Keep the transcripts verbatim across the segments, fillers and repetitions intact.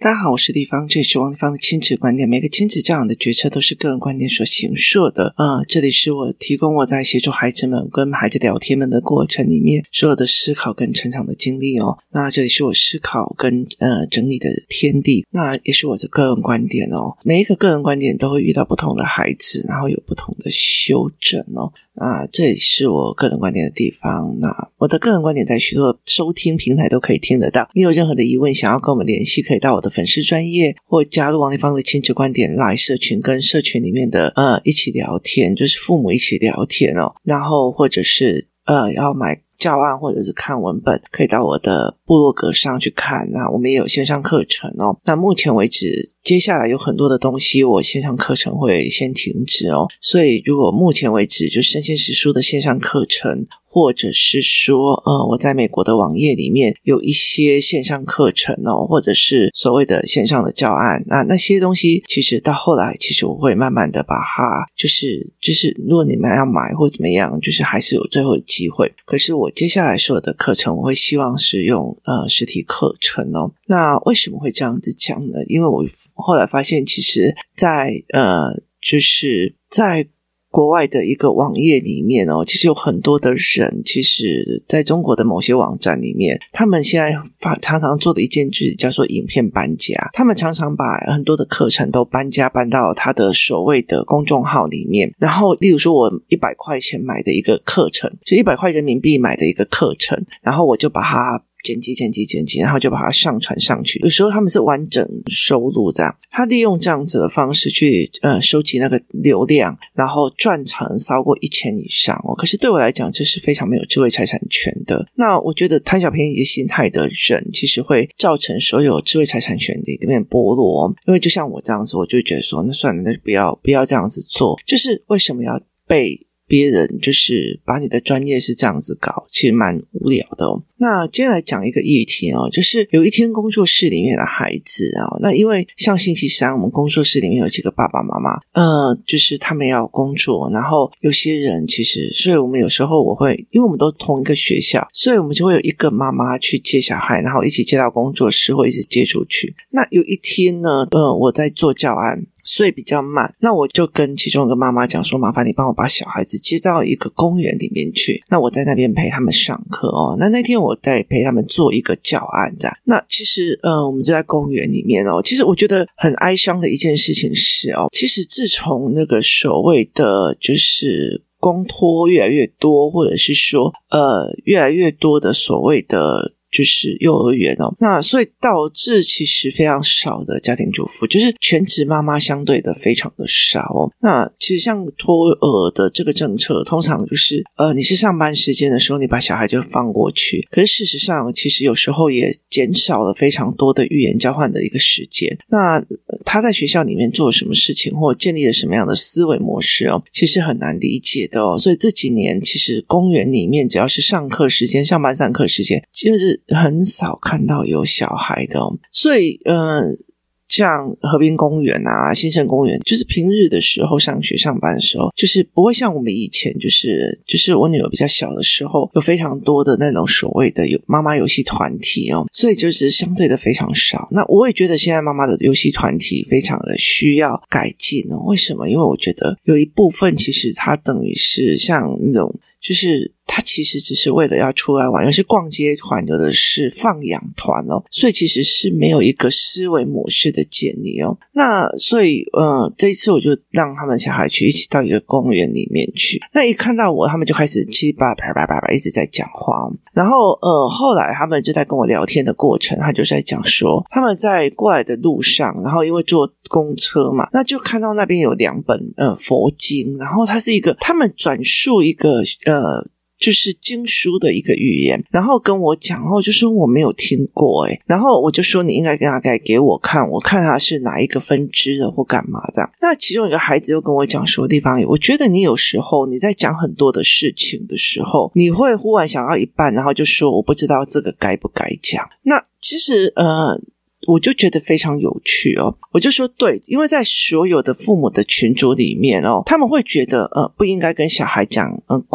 大家好，我是立方，这里是王立方的亲子观点。每个亲子教养的决策都是个人观点所形塑的。呃，这里是我提供我在协助孩子们跟孩子聊天们的过程里面所有的思考跟成长的经历哦。那这里是我思考跟呃整理的天地，那也是我的个人观点哦。每一个个人观点都会遇到不同的孩子，然后有不同的修正哦。那这里是我个人观点的地方，那我的个人观点在许多收听平台都可以听得到。你有任何的疑问想要跟我们联系，可以到我的粉丝专页或加入王立方的亲子观点 LINE 社群，跟社群里面的呃一起聊天，就是父母一起聊天哦。然后或者是呃要买教案或者是看文本，可以到我的部落格上去看。那我们也有线上课程哦。那目前为止接下来有很多的东西我线上课程会先停止哦，所以如果目前为止就生鲜时书的线上课程，或者是说呃，我在美国的网页里面有一些线上课程哦，或者是所谓的线上的教案，那那些东西其实到后来其实我会慢慢的把它就是就是如果你们要买或怎么样，就是还是有最后的机会。可是我接下来所有的课程我会希望是用呃实体课程哦。那为什么会这样子讲呢？因为我后来发现其实在呃就是在国外的一个网页里面哦，其实有很多的人，其实在中国的某些网站里面，他们现在发常常做的一件事叫做影片搬家。他们常常把很多的课程都搬家搬到他的所谓的公众号里面，然后例如说我一百块钱买的一个课程，就一百块人民币买的一个课程，然后我就把它剪辑剪辑剪辑，然后就把它上传上去。有时候他们是完整收录这样，他利用这样子的方式去呃收集那个流量，然后赚成超过一千以上哦。可是对我来讲，这是非常没有智慧财产权的。那我觉得贪小便宜的心态的人，其实会造成所有智慧财产权里面剥落哦。因为就像我这样子，我就觉得说，那算了，那就不要不要这样子做。就是为什么要被别人就是把你的专业是这样子搞，其实蛮无聊的哦。那接下来讲一个议题哦，就是有一天工作室里面的孩子啊，那因为像星期三我们工作室里面有几个爸爸妈妈，呃，就是他们要工作，然后有些人其实，所以我们有时候我会，因为我们都同一个学校，所以我们就会有一个妈妈去接小孩，然后一起接到工作室或一起接出去。那有一天呢，呃，我在做教案，所以比较慢，那我就跟其中一个妈妈讲说，麻烦你帮我把小孩子接到一个公园里面去，那我在那边陪他们上课哦。那那天我在陪他们做一个教案这样。那其实呃，我们就在公园里面哦。其实我觉得很哀伤的一件事情是哦，其实自从那个所谓的就是公托越来越多，或者是说呃越来越多的所谓的就是幼儿园哦，那所以导致其实非常少的家庭主妇，就是全职妈妈相对的非常的少哦。那其实像托儿的这个政策，通常就是呃你是上班时间的时候，你把小孩就放过去，可是事实上其实有时候也减少了非常多的语言交换的一个时间。那、呃、他在学校里面做什么事情，或建立了什么样的思维模式哦，其实很难理解的哦。所以这几年其实公园里面只要是上课时间，上班上课时间，就是很少看到有小孩的哦。所以呃像河滨公园啊、新生公园，就是平日的时候上学上班的时候，就是不会像我们以前就是就是我女儿比较小的时候，有非常多的那种所谓的有妈妈游戏团体哦，所以就是相对的非常少。那我也觉得现在妈妈的游戏团体非常的需要改进哦。为什么？因为我觉得有一部分其实它等于是像那种就是他其实只是为了要出来玩，有些逛街团，有的是放养团哦，所以其实是没有一个思维模式的建立哦。那所以呃，这一次我就让他们小孩去一起到一个公园里面去，那一看到我，他们就开始七八啪啪啪啪一直在讲话哦。然后呃，后来他们就在跟我聊天的过程，他就在讲说他们在过来的路上，然后因为坐公车嘛，那就看到那边有两本呃佛经，然后它是一个他们转述一个呃就是经书的一个语言，然后跟我讲，然后就说我没有听过诶，然后我就说你应该大概给我看，我看他是哪一个分支的或干嘛这样。那其中一个孩子又跟我讲说，地方我觉得你有时候你在讲很多的事情的时候，你会忽然想到一半，然后就说我不知道这个该不该讲。那其实呃我就觉得非常有趣哦，我就说对，因为在所有的父母的群组里面哦，他们会觉得呃不应该跟小孩讲嗯鬼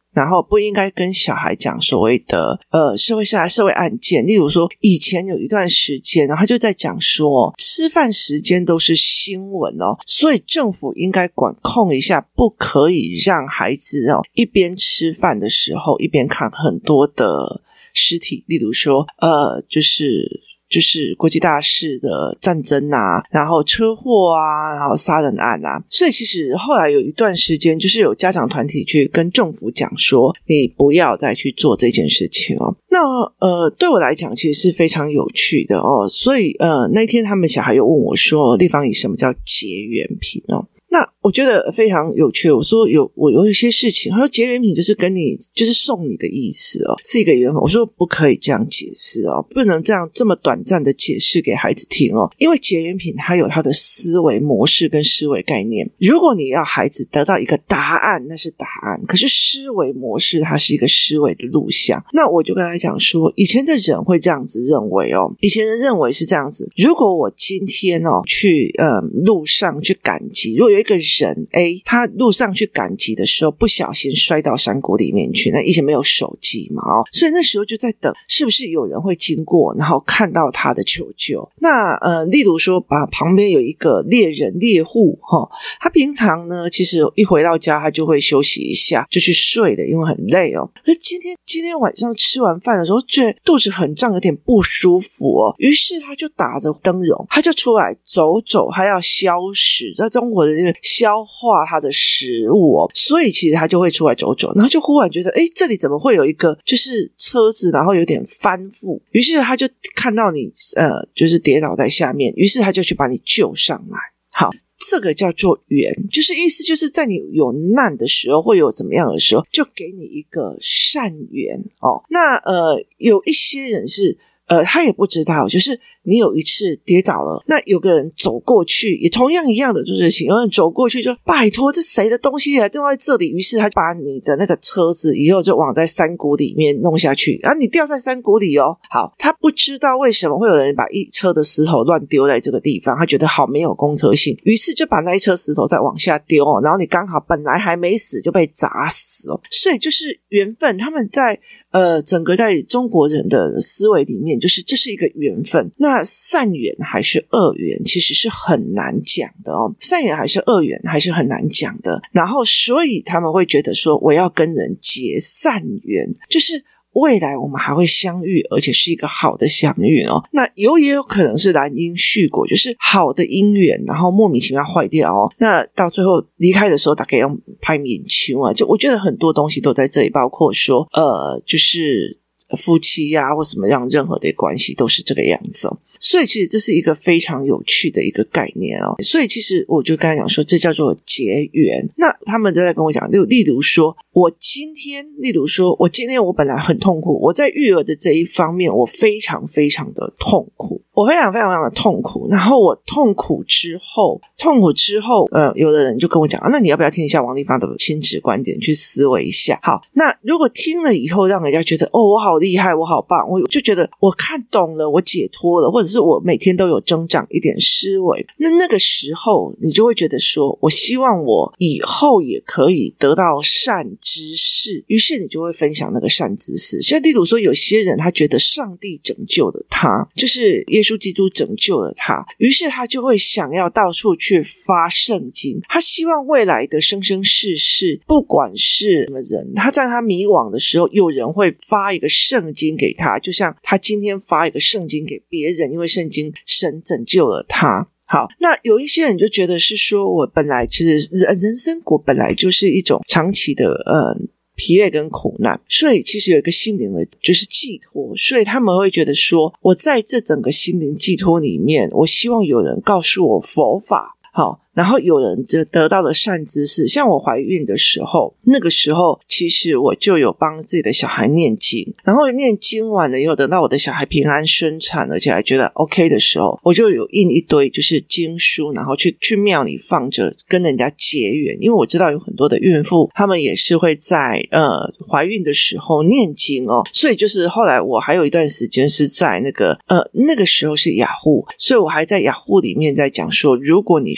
然后不应该跟小孩讲所谓的呃社会下社会案件，例如说以前有一段时间，然后他就在讲说吃饭时间都是新闻哦，所以政府应该管控一下，不可以让孩子哦一边吃饭的时候一边看很多的尸体，例如说呃就是就是国际大事的战争啊，然后车祸啊，然后杀人案啊。所以其实后来有一段时间就是有家长团体去跟政府讲说你不要再去做这件事情哦。那呃对我来讲其实是非常有趣的哦，所以呃那天他们小孩又问我说立方体什么叫结缘品哦，那我觉得非常有趣，我说有我有一些事情，他说结缘品就是跟你就是送你的意思哦，是一个缘分。我说不可以这样解释哦，不能这样这么短暂的解释给孩子听哦，因为结缘品它有它的思维模式跟思维概念。如果你要孩子得到一个答案，那是答案，可是思维模式它是一个思维的路向。那我就跟他讲说，以前的人会这样子认为哦，以前人认为是这样子，如果我今天哦去呃路上去赶集，如果有一个人 A 他路上去赶集的时候不小心摔到山谷里面去，那以前没有手机嘛哦，所以那时候就在等是不是有人会经过然后看到他的求救。那呃，例如说把旁边有一个猎人猎户齁，他平常呢其实一回到家他就会休息一下就去睡了，因为很累哦。可是今天今天晚上吃完饭的时候觉得肚子很胀有点不舒服哦，于是他就打着灯笼他就出来走走，他要消食，在中国的这个消化他的食物哦，所以其实他就会出来走走，然后就忽然觉得诶这里怎么会有一个就是车子然后有点翻覆，于是他就看到你呃就是跌倒在下面，于是他就去把你救上来。好，这个叫做缘，就是意思就是在你有难的时候或有怎么样的时候就给你一个善缘哦。那呃有一些人是呃他也不知道，就是你有一次跌倒了，那有个人走过去也同样一样的就是有人走过去就拜托这谁的东西也丢在这里，于是他把你的那个车子以后就往在山谷里面弄下去，然后你掉在山谷里哦。好，他不知道为什么会有人把一车的石头乱丢在这个地方，他觉得好没有公车性，于是就把那一车石头再往下丢哦，然后你刚好本来还没死就被砸死哦。所以就是缘分，他们在呃整个在中国人的思维里面就是这是一个缘分。那善缘还是恶缘其实是很难讲的哦，善缘还是恶缘还是很难讲的。然后所以他们会觉得说我要跟人结善缘，就是未来我们还会相遇，而且是一个好的相遇哦。那有也有可能是兰因絮果，就是好的姻缘然后莫名其妙坏掉哦，那到最后离开的时候大概要拍面球啊，就我觉得很多东西都在这里，包括说呃就是夫妻啊或什么样任何的关系都是这个样子哦。所以其实这是一个非常有趣的一个概念哦。所以其实我就跟他讲说这叫做结缘。那他们都在跟我讲，例如例如说我今天例如说我今天我本来很痛苦，我在育儿的这一方面我非常非常的痛苦，我非常非常非常的痛苦，然后我痛苦之后痛苦之后呃，有的人就跟我讲、啊、那你要不要听一下王立芳的亲子观点去思维一下。好，那如果听了以后让人家觉得哦我好厉害我好棒，我就觉得我看懂了我解脱了，或者是我每天都有增长一点思维，那那个时候你就会觉得说我希望我以后也可以得到善知识，于是你就会分享那个善知识。像例如说有些人他觉得上帝拯救了他，就是耶稣基督拯救了他，于是他就会想要到处去发圣经，他希望未来的生生世世不管是什么人，他在他迷惘的时候有人会发一个圣经给他，就像他今天发一个圣经给别人，因为圣经神拯救了他。好，那有一些人就觉得是说我本来其实人生果本来就是一种长期的呃疲累跟苦难，所以其实有一个心灵的就是寄托，所以他们会觉得说我在这整个心灵寄托里面，我希望有人告诉我佛法。好，然后有人就得到了善知识，像我怀孕的时候，那个时候其实我就有帮自己的小孩念经，然后念经完了以后，等到我的小孩平安生产而且还觉得 OK 的时候，我就有印一堆就是经书，然后去去庙里放着跟人家结缘。因为我知道有很多的孕妇他们也是会在呃怀孕的时候念经哦，所以就是后来我还有一段时间是在那个呃那个时候是雅虎，所以我还在雅虎里面在讲说，如果你需要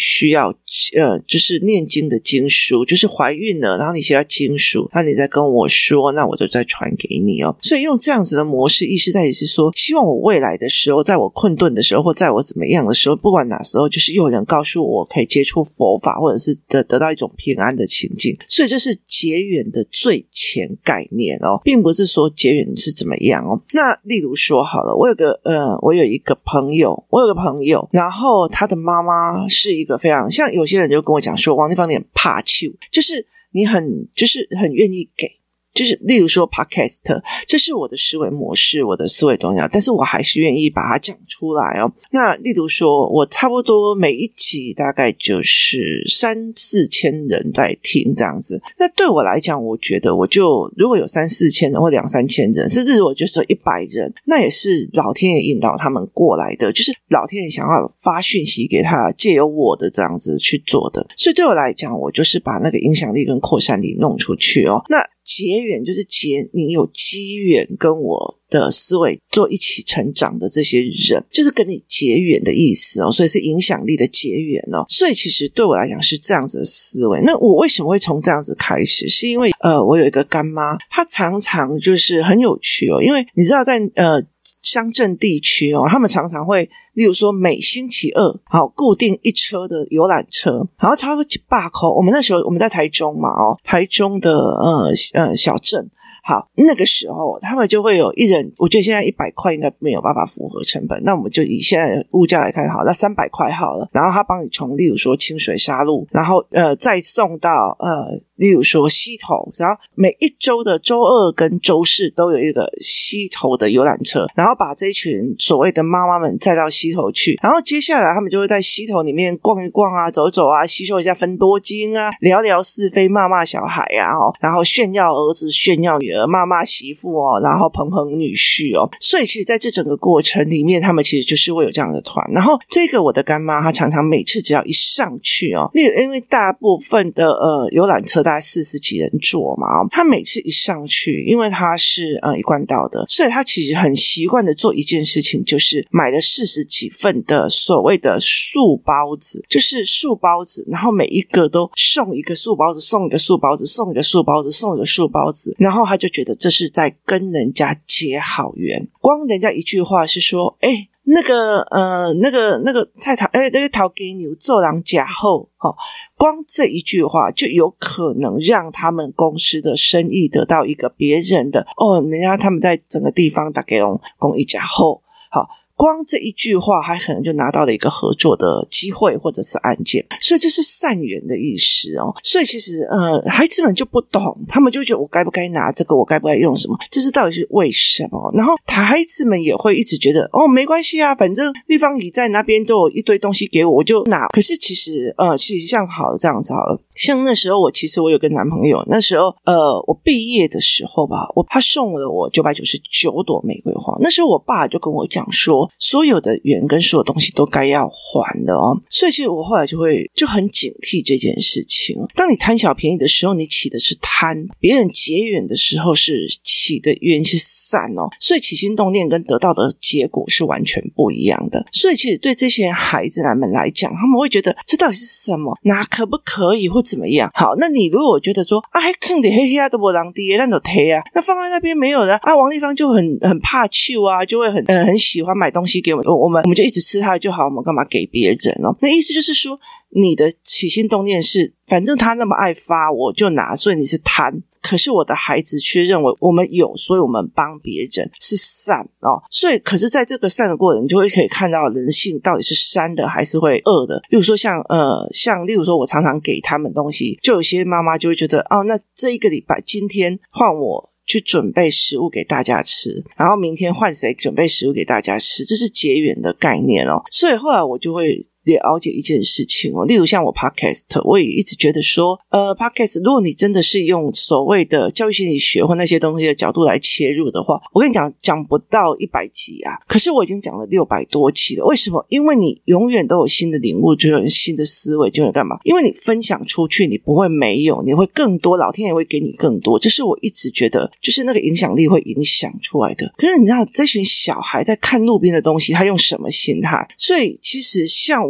要呃，就是念经的经书，就是怀孕了，然后你写到经书，那你再跟我说，那我就再传给你哦。所以用这样子的模式，意思在于是说，希望我未来的时候，在我困顿的时候，或在我怎么样的时候，不管哪时候，就是又有人告诉我可以接触佛法，或者是得得到一种平安的情境。所以这是结缘的最前概念哦，并不是说结缘是怎么样哦。那例如说好了，我有个呃，我有一个朋友，我有个朋友，然后他的妈妈是一个非常像有些人就跟我讲说，王地方你很怕羞，就是你很就是很愿意给。就是例如说 podcast， 这是我的思维模式，我的思维东西，但是我还是愿意把它讲出来哦。那例如说我差不多每一集大概就是三四千人在听这样子，那对我来讲，我觉得我就如果有三四千人或两三千人，甚至如果就是一百人，那也是老天爷引导他们过来的，就是老天爷想要发讯息给他，借由我的这样子去做的。所以对我来讲，我就是把那个影响力跟扩散力弄出去哦。那结缘就是结你有机缘跟我的思维做一起成长的这些人，就是跟你结缘的意思哦，所以是影响力的结缘哦。所以其实对我来讲是这样子的思维。那我为什么会从这样子开始？是因为呃，我有一个干妈，她常常就是很有趣哦，因为你知道在呃乡镇地区哦，他们常常会例如说每星期二好固定一车的游览车，然后超过几百块。我们那时候我们在台中嘛哦，台中的呃呃小镇，好，那个时候他们就会有一人，我觉得现在一百块应该没有办法符合成本，那我们就以现在物价来看好，那三百块好了，然后他帮你从例如说清水沙路，然后呃再送到呃例如说溪头，然后每一周的周二跟周四都有一个溪头的游览车，然后把这一群所谓的妈妈们载到溪头去，然后接下来他们就会在溪头里面逛一逛啊，走走啊，吸收一下芬多精啊，聊聊是非，骂骂小孩啊、哦、然后炫耀儿子，炫耀女儿，骂骂媳妇哦，然后捧捧女婿哦。所以其实在这整个过程里面，他们其实就是会有这样的团。然后这个我的干妈她常常每次只要一上去哦，因为大部分的呃游览车大概四十几人坐嘛，她每次一上去，因为她是呃一贯道的，所以她其实很习惯的做一件事情，就是买了四十几份的所谓的素包子，就是素包子，然后每一个都送一个素包子，送一个素包子，送一个素包子，送一个素包子，然后她就觉得这是在跟人家结好缘。光人家一句话是说，诶那个呃那个那个太太诶那个头家牛做人家好齁，光这一句话就有可能让他们公司的生意得到一个别人的哦，人家他们在整个地方大概用公一家好好。光这一句话还可能就拿到了一个合作的机会或者是案件，所以这是善缘的意思哦。所以其实呃，孩子们就不懂，他们就觉得我该不该拿这个，我该不该用什么，这是到底是为什么。然后孩子们也会一直觉得哦没关系啊，反正立方体在那边都有一堆东西给我，我就拿。可是其实呃，其实像好了这样子好了，像那时候我其实我有个男朋友，那时候呃我毕业的时候吧，我他送了我九百九十九朵玫瑰花，那时候我爸就跟我讲说，所有的缘跟所有东西都该要还的哦。所以其实我后来就会就很警惕这件事情。当你贪小便宜的时候，你起的是贪；别人结缘的时候，是起的缘是善哦。所以起心动念跟得到的结果是完全不一样的。所以其实对这些孩子们来讲，他们会觉得这到底是什么？那可不可以或怎么样？好，那你如果觉得说啊，还坑的黑黑啊都没人滴，那都推啊，那放在那边没有人啊，王立芳就很很怕臭啊，就会很呃很喜欢买东西给我们，我们我们就一直吃它就好，我们干嘛给别人哦？那意思就是说，你的起心动念是，反正他那么爱发，我就拿，所以你是贪。可是我的孩子却认为我们有，所以我们帮别人是善哦。所以可是在这个善的过程，你就会可以看到人性到底是善的还是会恶的。例如说像呃像例如说我常常给他们东西，就有些妈妈就会觉得哦，那这一个礼拜今天换我去准备食物给大家吃，然后明天换谁准备食物给大家吃，这是结缘的概念哦。所以后来我就会了解一件事情哦，例如像我 podcast， 我也一直觉得说呃 podcast 如果你真的是用所谓的教育心理学或那些东西的角度来切入的话，我跟你讲讲不到一百集啊，可是我已经讲了六百多期了。为什么？因为你永远都有新的领悟，就有新的思维，就有干嘛？因为你分享出去，你不会没有，你会更多，老天爷会给你更多，这是我一直觉得就是那个影响力会影响出来的。可是你知道这群小孩在看路边的东西，他用什么心态？所以其实像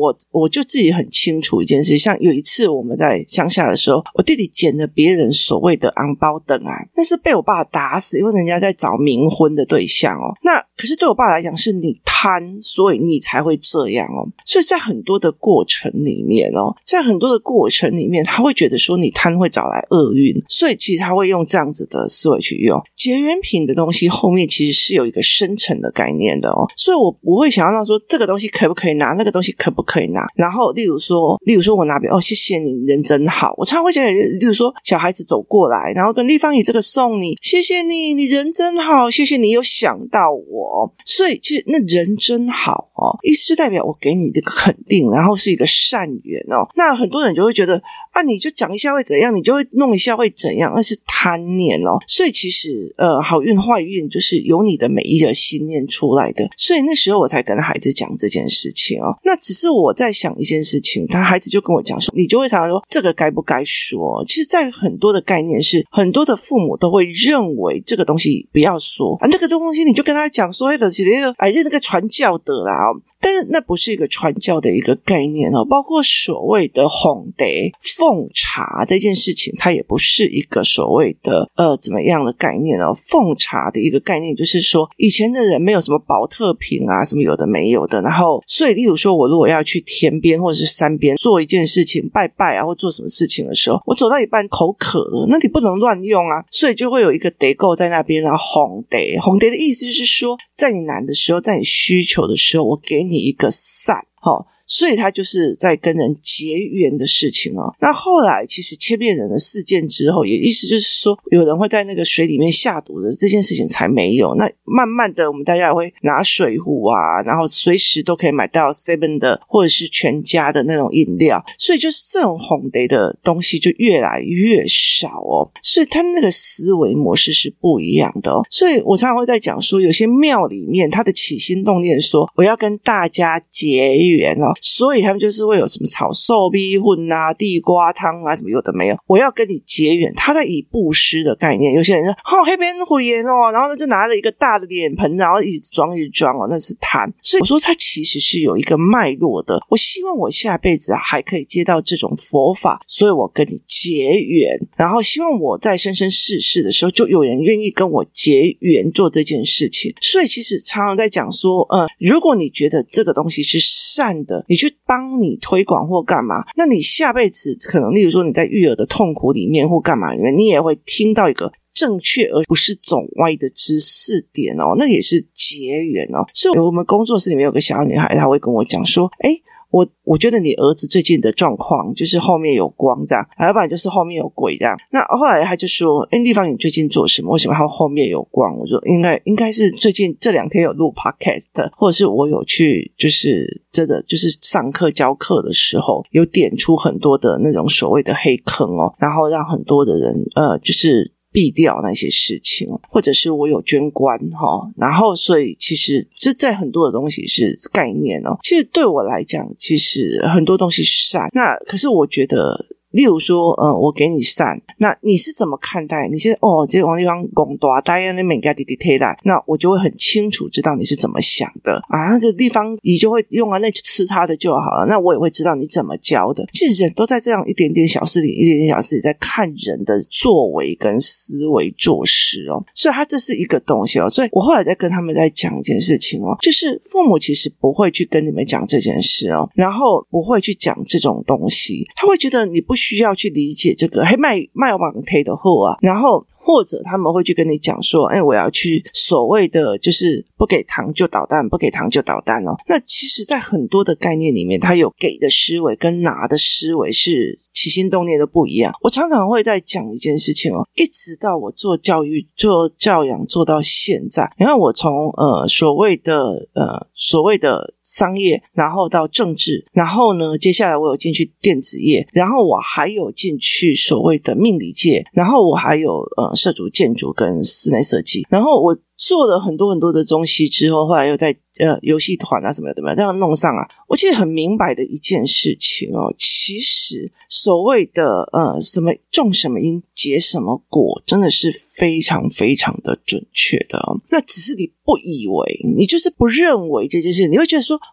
我我就自己很清楚一件事，像有一次我们在乡下的时候，我弟弟捡了别人所谓的红包灯啊，那是被我爸打死，因为人家在找冥婚的对象哦。那可是对我爸来讲，是你贪，所以你才会这样哦。所以在很多的过程里面哦，在很多的过程里面，他会觉得说你贪会找来厄运，所以其实他会用这样子的思维去用结缘品的东西，后面其实是有一个深层的概念的哦。所以我不会想要让说这个东西可不可以拿，那个东西可不可以拿。然后例如说，例如说我拿别哦，谢谢你，人真好。我常常会讲，例如说小孩子走过来，然后跟立方体这个送你，谢谢你，你人真好，谢谢你有想到我。所以其实那人真好哦，意思就代表我给你这个肯定，然后是一个善缘哦。那很多人就会觉得啊，你就讲一下会怎样，你就会弄一下会怎样，那是贪念哦。所以其实呃，好运坏运就是由你的每一个心念出来的。所以那时候我才跟孩子讲这件事情哦。那只是我在想一件事情，他孩子就跟我讲说，你就会常常说这个该不该说。其实在很多的概念是，很多的父母都会认为这个东西不要说啊，那个东西你就跟他讲说，那个哎，那个传教的啦哦。但是那不是一个传教的一个概念哦，包括所谓的哄得奉茶这件事情，它也不是一个所谓的呃怎么样的概念哦。奉茶的一个概念就是说，以前的人没有什么保特瓶啊，什么有的没有的，然后所以例如说我如果要去田边或者是山边做一件事情，拜拜啊或做什么事情的时候，我走到一半口渴了，那你不能乱用啊，所以就会有一个得够在那边，然后哄得哄得的意思就是说，在你难的时候，在你需求的时候，我给你一个善，齁，所以他就是在跟人结缘的事情哦。那后来其实千面人的事件之后，也意思就是说，有人会在那个水里面下毒的这件事情才没有。那慢慢的，我们大家也会拿水壶啊，然后随时都可以买到 seven 的或者是全家的那种饮料，所以就是这种红得的东西就越来越少哦。所以他那个思维模式是不一样的哦。所以我常常会在讲说，有些庙里面他的起心动念说，我要跟大家结缘哦。所以他们就是会有什么炒寿米粉啊、地瓜汤啊，什么有的没有。我要跟你结缘，他在以布施的概念。有些人说，哦，那边会员哦，然后就拿了一个大的脸盆，然后一直装一直装哦，那是贪。所以我说，他其实是有一个脉络的。我希望我下辈子还可以接到这种佛法，所以我跟你结缘，然后希望我在生生世世的时候，就有人愿意跟我结缘做这件事情。所以其实常常在讲说，呃，如果你觉得这个东西是善的，你去帮你推广或干嘛，那你下辈子可能例如说你在育儿的痛苦里面或干嘛里面，你也会听到一个正确而不是走歪的知识点哦，那也是结缘哦。所以我们工作室里面有个小女孩，她会跟我讲说，诶我我觉得你儿子最近的状况就是后面有光这样，要不然就是后面有鬼这样。那后来他就说，诶地方你最近做什么？为什么他后面有光？我说应该应该是最近这两天有录 podcast， 或者是我有去就是真的就是上课教课的时候有点出很多的那种所谓的黑坑哦，然后让很多的人呃就是避掉那些事情，或者是我有捐官齁，然后所以其实这在很多的东西是概念哦。其实对我来讲，其实很多东西是善，那可是我觉得例如说呃，我给你善，那你是怎么看待？你现在哦，这个地方拱大呆啊，那每个弟弟贴来，那我就会很清楚知道你是怎么想的啊。那个地方你就会用啊，那就吃他的就好了。那我也会知道你怎么教的。其实人都在这样一点点小事里，一点点小事里在看人的作为跟思维做事哦。所以他这是一个东西哦。所以我后来在跟他们在讲一件事情哦，就是父母其实不会去跟你们讲这件事哦，然后不会去讲这种东西，他会觉得你不需要去理解这个，还卖卖网推的货啊，然后或者他们会去跟你讲说，哎，我要去所谓的就是不给糖就捣蛋，不给糖就捣蛋哦。那其实在很多的概念里面，他有给的思维跟拿的思维是起心动念都不一样。我常常会在讲一件事情哦，一直到我做教育做教养做到现在，你看我从呃所谓的呃所谓的商业，然后到政治，然后呢接下来我有进去电子业，然后我还有进去所谓的命理界，然后我还有呃涉足建筑跟室内设计，然后我做了很多很多的东西之后，后来又在呃游戏团啊什么的这样弄上啊。我其实很明白的一件事情哦，其实所谓的呃什么种什么因结什么果，真的是非常非常的准确的哦。那只是你不以为，你就是不认为这件事，你会觉得说哦。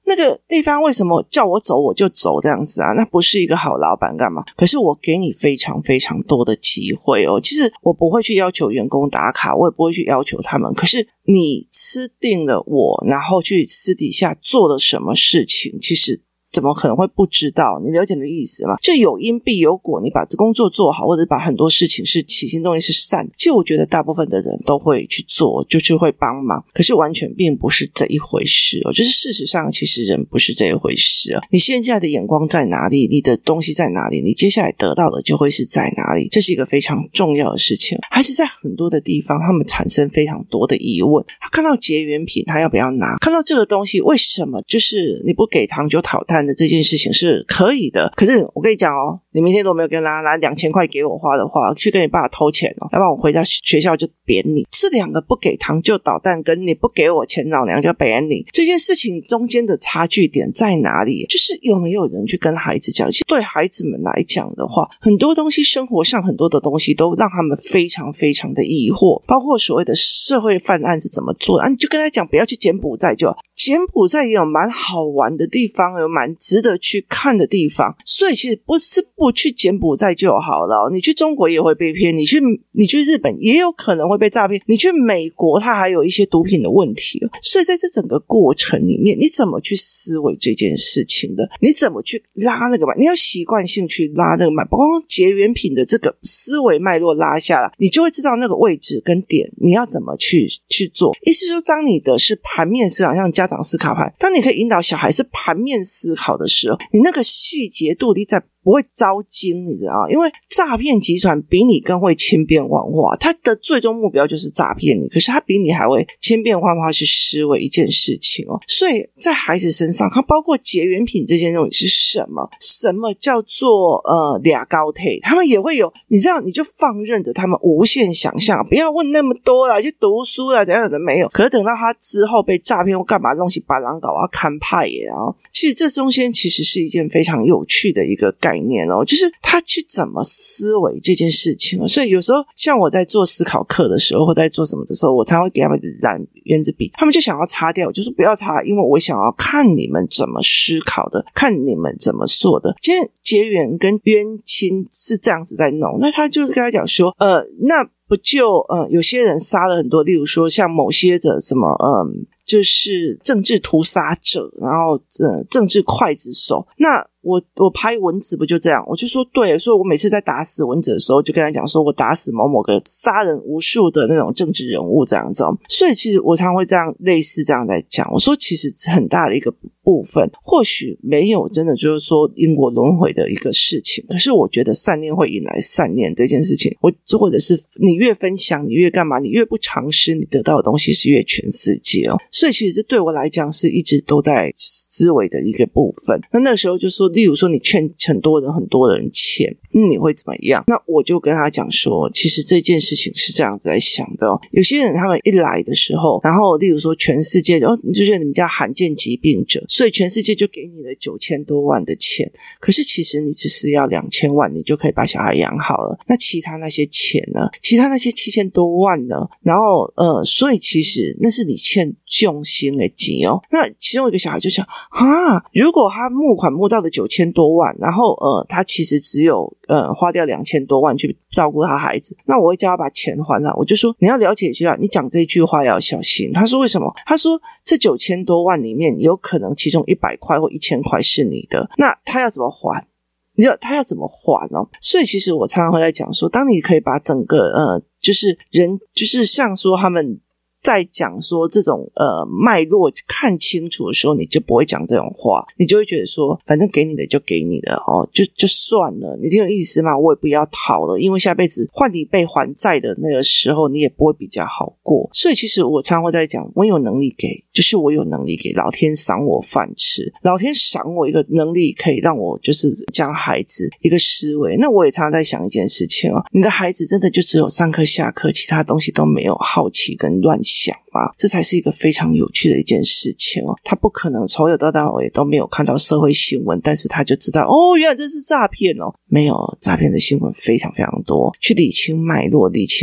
那个地方为什么叫我走我就走这样子啊？那不是一个好老板干嘛？可是我给你非常非常多的机会哦。其实我不会去要求员工打卡，我也不会去要求他们，可是你吃定了我，然后去私底下做了什么事情，其实怎么可能会不知道？你了解的意思吗？就有因必有果，你把这工作做好，或者把很多事情是起心动念是善，其实我觉得大部分的人都会去做，就是会帮忙，可是完全并不是这一回事哦。就是事实上其实人不是这一回事哦。你现在的眼光在哪里，你的东西在哪里，你接下来得到的就会是在哪里，这是一个非常重要的事情。还是在很多的地方他们产生非常多的疑问，他看到结缘品他要不要拿，看到这个东西为什么就是你不给糖就讨厌的这件事情是可以的，可是我跟你讲哦，你明天都没有跟他拿两千块给我花的话，去跟你爸偷钱哦，要不然我回到学校就扁你。这两个不给糖就捣蛋，跟你不给我钱老娘就扁你，这件事情中间的差距点在哪里？就是有没有人去跟孩子讲？其实对孩子们来讲的话，很多东西生活上很多的东西都让他们非常非常的疑惑，包括所谓的社会犯案是怎么做的啊？你就跟他讲不要去柬埔寨就好，柬埔寨也有蛮好玩的地方，有蛮值得去看的地方，所以其实不是不去柬埔寨就好了，你去中国也会被骗，你去你去日本也有可能会被诈骗，你去美国它还有一些毒品的问题，所以在这整个过程里面你怎么去思维这件事情的，你怎么去拉那个脉，你要习惯性去拉那个脉，包括结缘品的这个思维脉络拉下来，你就会知道那个位置跟点你要怎么去去做。意思说当你的是盘面思考，像家长思考盘，当你可以引导小孩是盘面思考的时候，你那个细节度你在不会招惊，你知道吗？因为诈骗集团比你更会千变万化，他的最终目标就是诈骗你，可是他比你还会千变万化去思维一件事情哦。所以在孩子身上，他包括结缘品这件东西是什么？什么叫做呃俩高退？他们也会有，你知道，你就放任着他们无限想象，不要问那么多啦，去读书啦，怎样的没有。可是等到他之后被诈骗或干嘛东西，把狼搞要看派耶啊！其实这中间其实是一件非常有趣的一个概念。概念哦，就是他去怎么思维这件事情哦。所以有时候像我在做思考课的时候，或在做什么的时候，我常会给他们染原子笔，他们就想要擦掉，我就说不要擦，因为我想要看你们怎么思考的，看你们怎么做的。今天结缘跟冤亲是这样子在弄，那他就跟他讲说，呃，那不就呃有些人杀了很多，例如说像某些的什么嗯。就是政治屠杀者，然后呃政治刽子手。那我我拍文字不就这样，我就说对，所以我每次在打死文字的时候就跟他讲说我打死某某个杀人无数的那种政治人物这样子。所以其实我常常会这样类似这样在讲，我说其实很大的一个部分或许没有真的就是说因果轮回的一个事情，可是我觉得善念会引来善念这件事情，我或者是你越分享你越干嘛，你越不尝试，你得到的东西是越全世界哦。所以其实这对我来讲是一直都在思维的一个部分。那那个时候就说，例如说你欠很多人很多人钱，嗯、你会怎么样？那我就跟他讲说，其实这件事情是这样子在想的哦。有些人他们一来的时候，然后例如说全世界哦，你就觉得你们家罕见疾病者，所以全世界就给你了九千多万的钱，可是其实你只是要两千万，你就可以把小孩养好了。那其他那些钱呢？其他那些七千多万呢？然后呃，所以其实那是你欠用心的钱哦。那其中一个小孩就想啊，如果他募款募到的九千多万，然后呃，他其实只有呃花掉两千多万去照顾他孩子，那我会叫他把钱还了。我就说你要了解一下，你讲这句话要小心。他说为什么？他说这九千多万里面有可能其中一百块或一千块是你的，那他要怎么还？你知道他要怎么还哦？所以其实我常常会在讲说，当你可以把整个呃，就是人，就是像说他们在讲说这种呃脉络看清楚的时候，你就不会讲这种话，你就会觉得说反正给你的就给你的哦，就就算了，你听有意思吗？我也不要讨了，因为下辈子换你被还债的那个时候，你也不会比较好过。所以其实我常常会在讲，我有能力给，就是我有能力给，老天赏我饭吃，老天赏我一个能力可以让我就是教孩子一个思维。那我也常常在想一件事情哦，你的孩子真的就只有上课下课，其他东西都没有好奇跟乱想吗？这才是一个非常有趣的一件事情哦。他不可能从小到大也都没有看到社会新闻，但是他就知道哦，原来这是诈骗哦。没有，诈骗的新闻非常非常多，去理清脉络，理清一个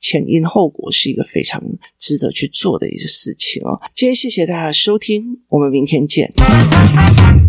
前因后果是一个非常值得去做的一个事情哦。今天谢谢大家的收听，我们明天见。